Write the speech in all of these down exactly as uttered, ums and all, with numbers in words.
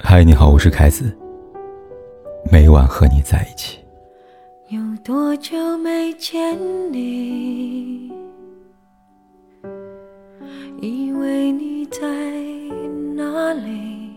嗨，你好，我是凯子，每晚和你在一起。 有多久没见你，以为你在哪里。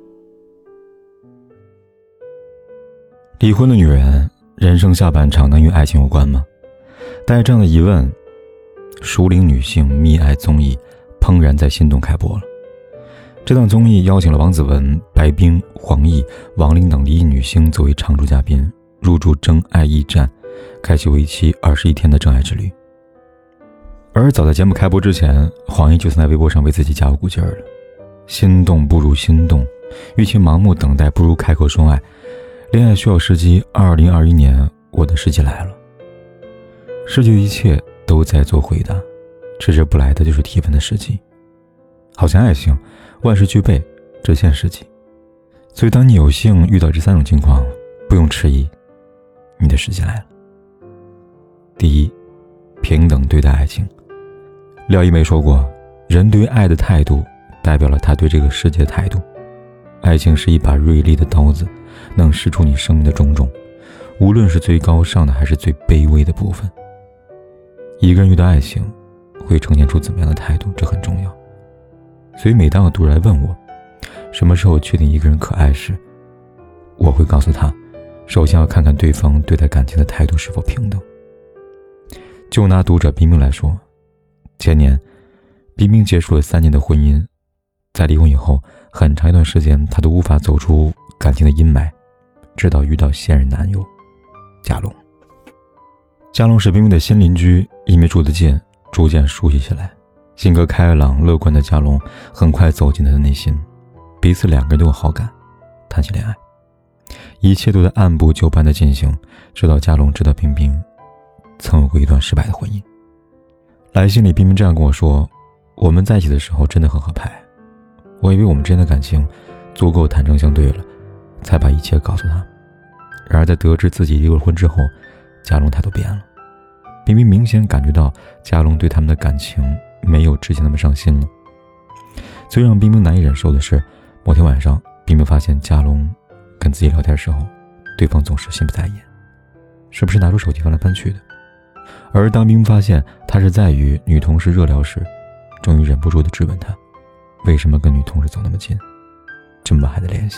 离婚的女人，人生下半场能与爱情有关吗？带着这样的疑问，熟龄女性蜜爱综艺怦然在心动开播了。这档综艺邀请了王子文、白冰、黄奕、王琳等离异女星作为常驻嘉宾，入驻真爱驿站，开启为期二十一天的真爱之旅。而早在节目开播之前，黄奕就曾在微博上为自己加油鼓劲儿了。心动不如心动，与其盲目等待，不如开口说爱。恋爱需要时机，二零二一年我的时机来了。世界的一切都在做回答，迟迟不来的就是提问的时机。好像爱情万事俱备，只欠时机。所以当你有幸遇到这三种情况，不用迟疑，你的时机来了。第一，平等对待爱情。廖一梅说过，人对于爱的态度代表了他对这个世界的态度。爱情是一把锐利的刀子，能识出你生命的种种，无论是最高尚的还是最卑微的部分。一个人遇到爱情会呈现出怎么样的态度，这很重要。所以每当有读者来问我什么时候确定一个人可爱时，我会告诉他，首先要看看对方对待感情的态度是否平等。就拿读者冰冰来说，前年冰冰结束了三年的婚姻，在离婚以后很长一段时间她都无法走出感情的阴霾，直到遇到现任男友佳龙。佳龙是冰冰的新邻居，因为住得近，逐渐熟悉起来。性格开朗乐观的佳龙很快走进他的内心，彼此两个人都有好感，谈起恋爱，一切都在按部就班的进行，直到佳龙知道冰冰曾有过一段失败的婚姻。来信里冰冰这样跟我说，我们在一起的时候真的很合拍，我以为我们之间的感情足够坦诚相对了，才把一切告诉他。然而在得知自己离过婚之后，佳龙态度变了。冰冰明显感觉到佳龙对他们的感情没有之前那么上心了。最让冰冰难以忍受的是，某天晚上冰冰发现佳龙跟自己聊天的时候，对方总是心不在焉，是不是拿出手机翻来翻去的。而当冰冰发现他是在与女同事热聊时，终于忍不住地质问他，为什么跟女同事走那么近，这么晚还在联系。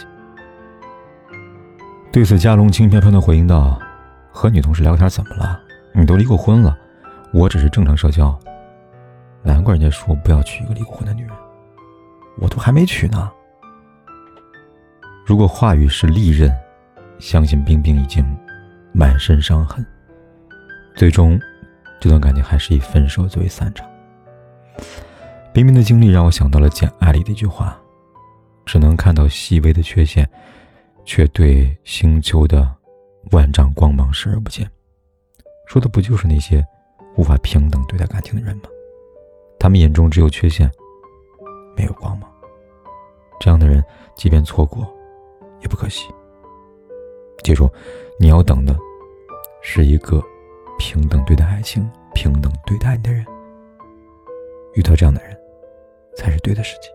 对此佳龙轻飘飘地回应道，和女同事聊天怎么了，你都离过婚了，我只是正常社交。难怪人家说不要娶一个离过婚的女人，我都还没娶呢。如果话语是利刃，相信冰冰已经满身伤痕。最终这段感情还是以分手作为散场。冰冰的经历让我想到了《简爱》里的一句话，只能看到细微的缺陷，却对星球的万丈光芒视而不见。说的不就是那些无法平等对待感情的人吗？他们眼中只有缺陷，没有光芒。这样的人即便错过也不可惜。记住，你要等的是一个平等对待爱情、平等对待你的人。遇到这样的人才是对的时机。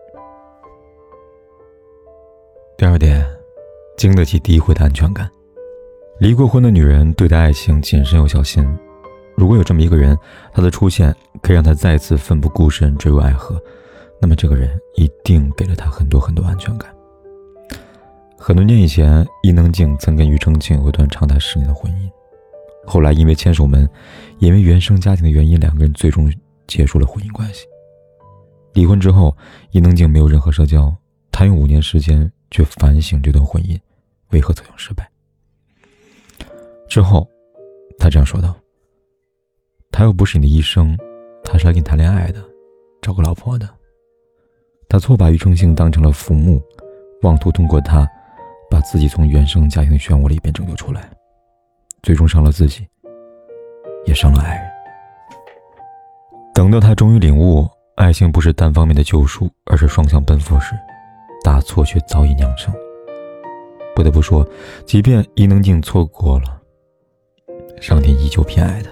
第二点，经得起诋毁的安全感。离过婚的女人对待爱情谨慎又小心，如果有这么一个人，他的出现可以让他再次奋不顾身坠入爱河，那么这个人一定给了他很多很多安全感。很多年以前，伊能静曾跟庾澄庆有段长达十年的婚姻，后来因为牵手门，因为原生家庭的原因，两个人最终结束了婚姻关系。离婚之后，伊能静没有任何社交，她用五年时间去反省这段婚姻为何走向失败。之后她这样说道，他又不是你的医生，他是来跟你谈恋爱的，找个老婆的。他错把庾澄庆当成了浮木，妄图通过他把自己从原生家庭的漩涡里边拯救出来，最终伤了自己，也伤了爱人。等到他终于领悟爱情不是单方面的救赎，而是双向奔赴时，大错却早已酿成。不得不说，即便伊能静错过了，上天依旧偏爱他。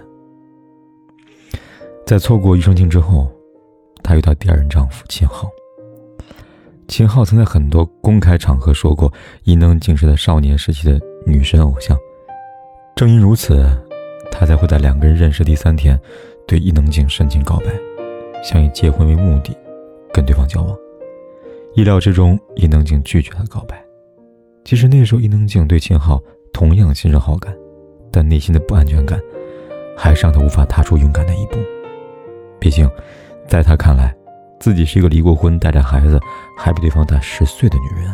在错过庾澄庆之后，她遇到第二任丈夫秦昊。 秦昊曾在很多公开场合说过，伊能静是他少年时期的女神偶像。正因如此，他才会在两个人认识第三天对伊能静深情告白，想以结婚为目的跟对方交往。意料之中，伊能静拒绝他的告白。其实那时候伊能静对秦昊同样心生好感，但内心的不安全感还是让他无法踏出勇敢的一步。毕竟在他看来，自己是一个离过婚带着孩子还比对方大十岁的女人。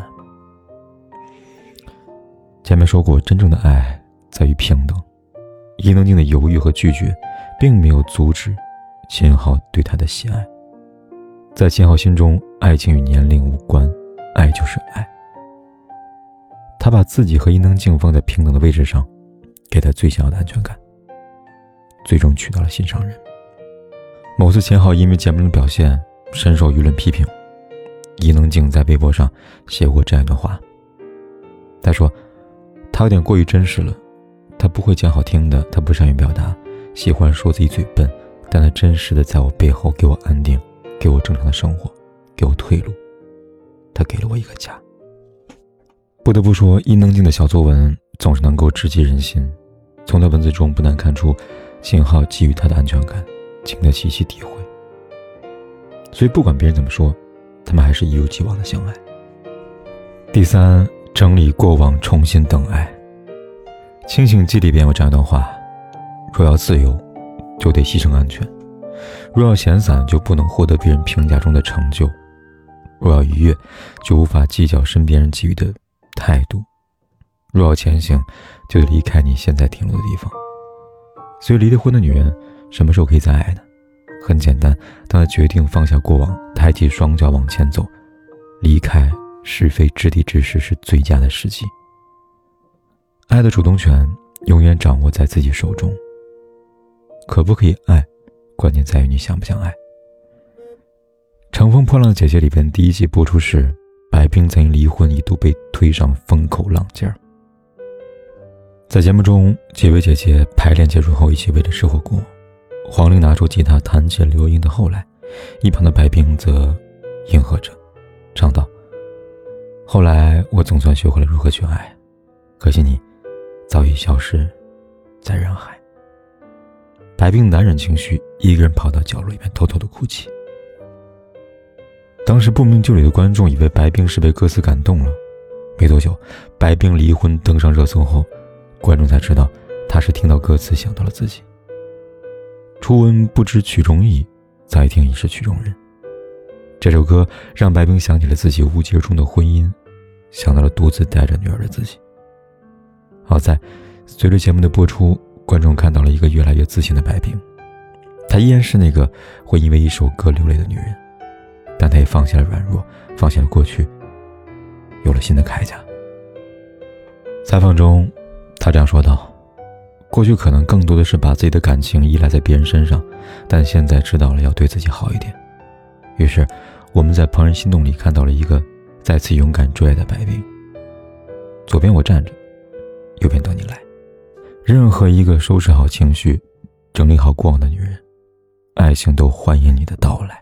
前面说过，真正的爱在于平等。伊能静的犹豫和拒绝并没有阻止秦昊对她的喜爱。在秦昊心中，爱情与年龄无关，爱就是爱。他把自己和伊能静放在平等的位置上，给他最想要的安全感，最终娶到了心上人。某次秦昊因为节目中的表现深受舆论批评，伊能静在微博上写过这样一段话。他说，他有点过于真实了，他不会讲好听的，他不善于表达，喜欢说自己嘴笨，但他真实的在我背后给我安定，给我正常的生活，给我退路，他给了我一个家。不得不说，伊能静的小作文总是能够直击人心，从他文字中不难看出秦昊给予他的安全感，经得起一起诋毁。所以不管别人怎么说，他们还是一如既往的相爱。第三，整理过往，重新等爱。清醒记里边有这样一段话：若要自由，就得牺牲安全；若要闲散，就不能获得别人评价中的成就；若要愉悦，就无法计较身边人给予的态度；若要前行，就得离开你现在停留的地方。所以离了婚的女人什么时候可以再爱呢？很简单，当她决定放下过往，抬起双脚往前走，离开是非之地之时是最佳的时机。爱的主动权永远掌握在自己手中，可不可以爱，关键在于你想不想爱。乘风破浪的姐姐里边第一季播出时，白冰曾因离婚一度被推上风口浪尖儿。在节目中，几位姐姐排练结束后一起围着吃火锅，黄龄拿出吉他弹起了刘英的后来，一旁的白冰则应和着唱道，后来我总算学会了如何去爱，可惜你早已消失在人海。白冰难忍情绪，一个人跑到角落里面偷偷的哭泣。当时不明就里的观众以为白冰是被歌词感动了，没多久白冰离婚登上热搜后，观众才知道他是听到歌词想到了自己。初闻不知曲中意，再听已是曲中人。这首歌让白冰想起了自己无疾而终的婚姻，想到了独自带着女儿的自己。好在随着节目的播出，观众看到了一个越来越自信的白冰。她依然是那个会因为一首歌流泪的女人，但她也放下了软弱，放下了过去，有了新的铠甲。采访中她这样说道，过去可能更多的是把自己的感情依赖在别人身上，但现在知道了要对自己好一点。于是我们在怦然心动里看到了一个再次勇敢追爱的白冰。左边我站着，右边等你来。任何一个收拾好情绪，整理好过往的女人，爱情都欢迎你的到来。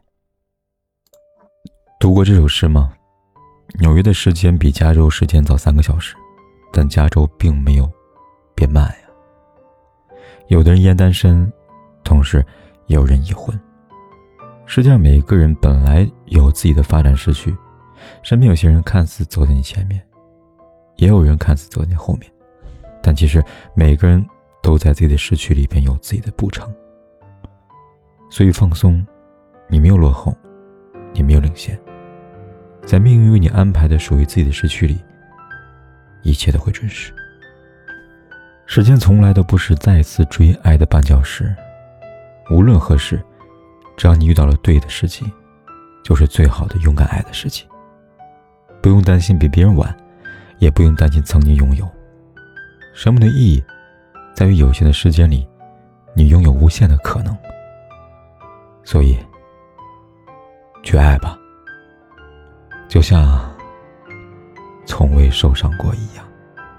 读过这首诗吗？纽约的时间比加州时间早三个小时，但加州并没有变慢呀。有的人依然单身，同时也有人已婚。世界上每个人本来有自己的发展时区，身边有些人看似走在你前面，也有人看似走在你后面，但其实每个人都在自己的时区里边有自己的步程。所以放松，你没有落后，你没有领先，在命运为你安排的属于自己的时区里，一切都会准时。时间从来都不是再次追爱的绊脚石，无论何时，只要你遇到了对的时机，就是最好的勇敢爱的时机。不用担心比别人晚，也不用担心曾经拥有。生命的意义在于有限的时间里，你拥有无限的可能。所以去爱吧，就像从未受伤过一样。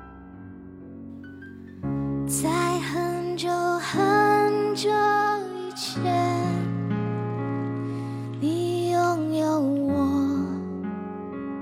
在很久很久以前，你拥有我，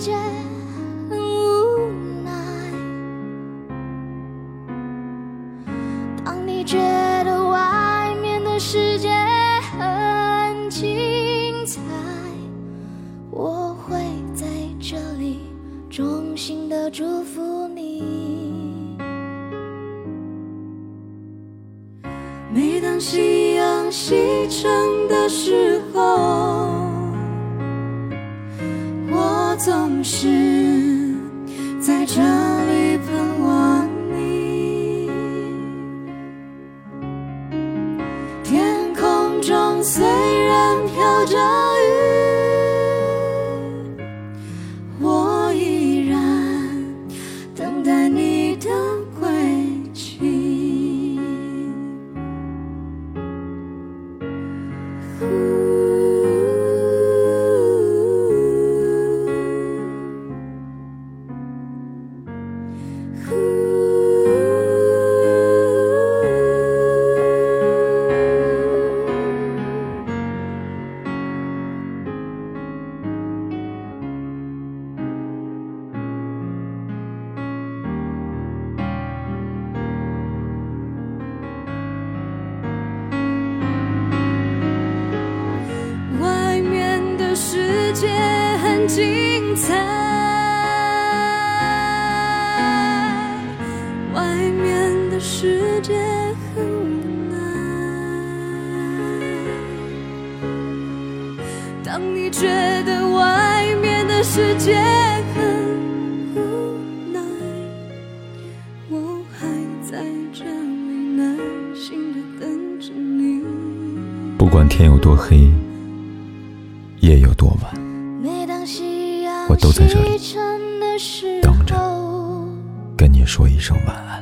界很无奈。当你觉得外面的世界很精彩，我会在这里衷心的祝福你。每当夕阳西沉的时候，我总是在这里盼望你。天空中虽然飘着雨，我依然等待你的归期。外面的世界很精彩，外面的世界很无奈。当你觉得外面的世界很无奈，我还在这里耐心地等着你。 不管天有多黑，夜有多晚，我都在这里等着跟你说一声晚安。